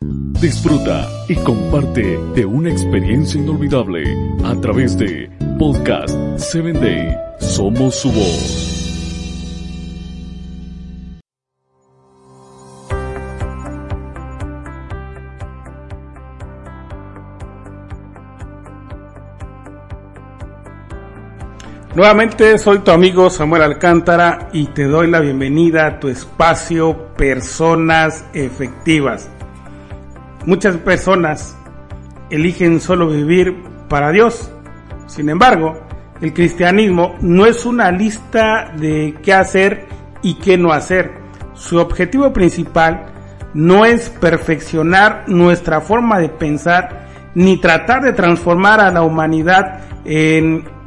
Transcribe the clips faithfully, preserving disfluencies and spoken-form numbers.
Disfruta y comparte de una experiencia inolvidable a través de Podcast siete Day. Somos su voz. Nuevamente soy tu amigo Samuel Alcántara y te doy la bienvenida a tu espacio Personas Efectivas. Muchas personas eligen solo vivir para Dios. Sin embargo, el cristianismo no es una lista de qué hacer y qué no hacer. Su objetivo principal no es perfeccionar nuestra forma de pensar ni tratar de transformar a la humanidad en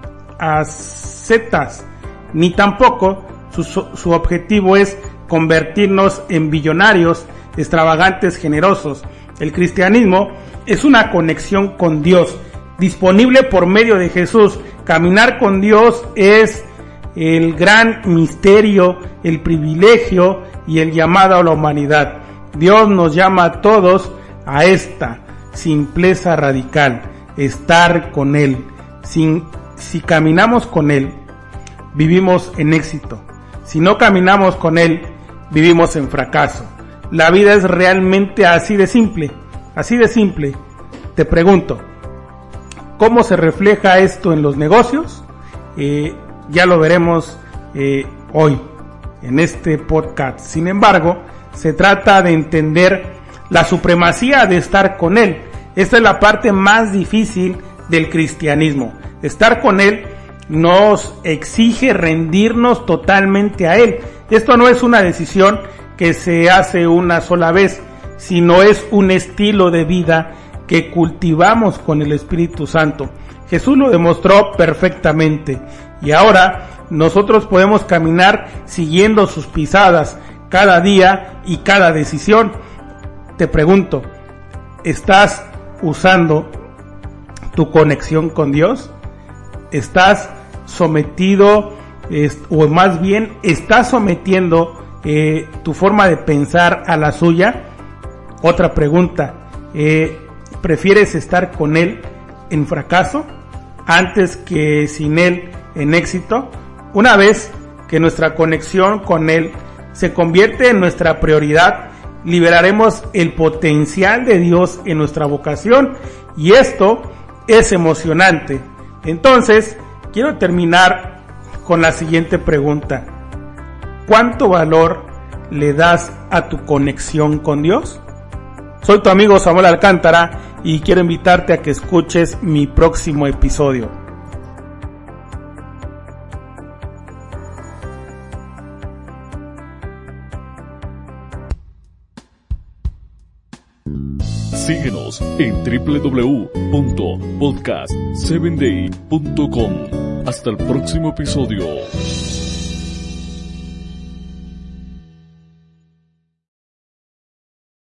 ascetas, ni tampoco su, su objetivo es convertirnos en billonarios, extravagantes, generosos. El cristianismo es una conexión con Dios, disponible por medio de Jesús. Caminar con Dios es el gran misterio, el privilegio y el llamado a la humanidad. Dios nos llama a todos a esta simpleza radical, estar con Él. Sin Si caminamos con Él, vivimos en éxito. Si no caminamos con Él, vivimos en fracaso. La vida es realmente así de simple, así de simple. Te pregunto, ¿cómo se refleja esto en los negocios? Eh, ya lo veremos eh, hoy en este podcast. Sin embargo, se trata de entender la supremacía de estar con Él. Esta es la parte más difícil del cristianismo. Estar con Él nos exige rendirnos totalmente a Él. Esto no es una decisión que se hace una sola vez, sino es un estilo de vida que cultivamos con el Espíritu Santo. Jesús lo demostró perfectamente y ahora nosotros podemos caminar siguiendo sus pisadas cada día y cada decisión. Te pregunto, ¿estás usando tu conexión con Dios? ¿Estás sometido, es, o más bien estás sometiendo eh, tu forma de pensar a la suya? Otra pregunta, eh, ¿prefieres estar con Él en fracaso antes que sin Él en éxito? Una vez que nuestra conexión con Él se convierte en nuestra prioridad, liberaremos el potencial de Dios en nuestra vocación y esto es emocionante. Entonces, quiero terminar con la siguiente pregunta. ¿Cuánto valor le das a tu conexión con Dios? Soy tu amigo Samuel Alcántara y quiero invitarte a que escuches mi próximo episodio. Síguenos en doble u doble u doble u punto podcast siete day punto com. Hasta el próximo episodio.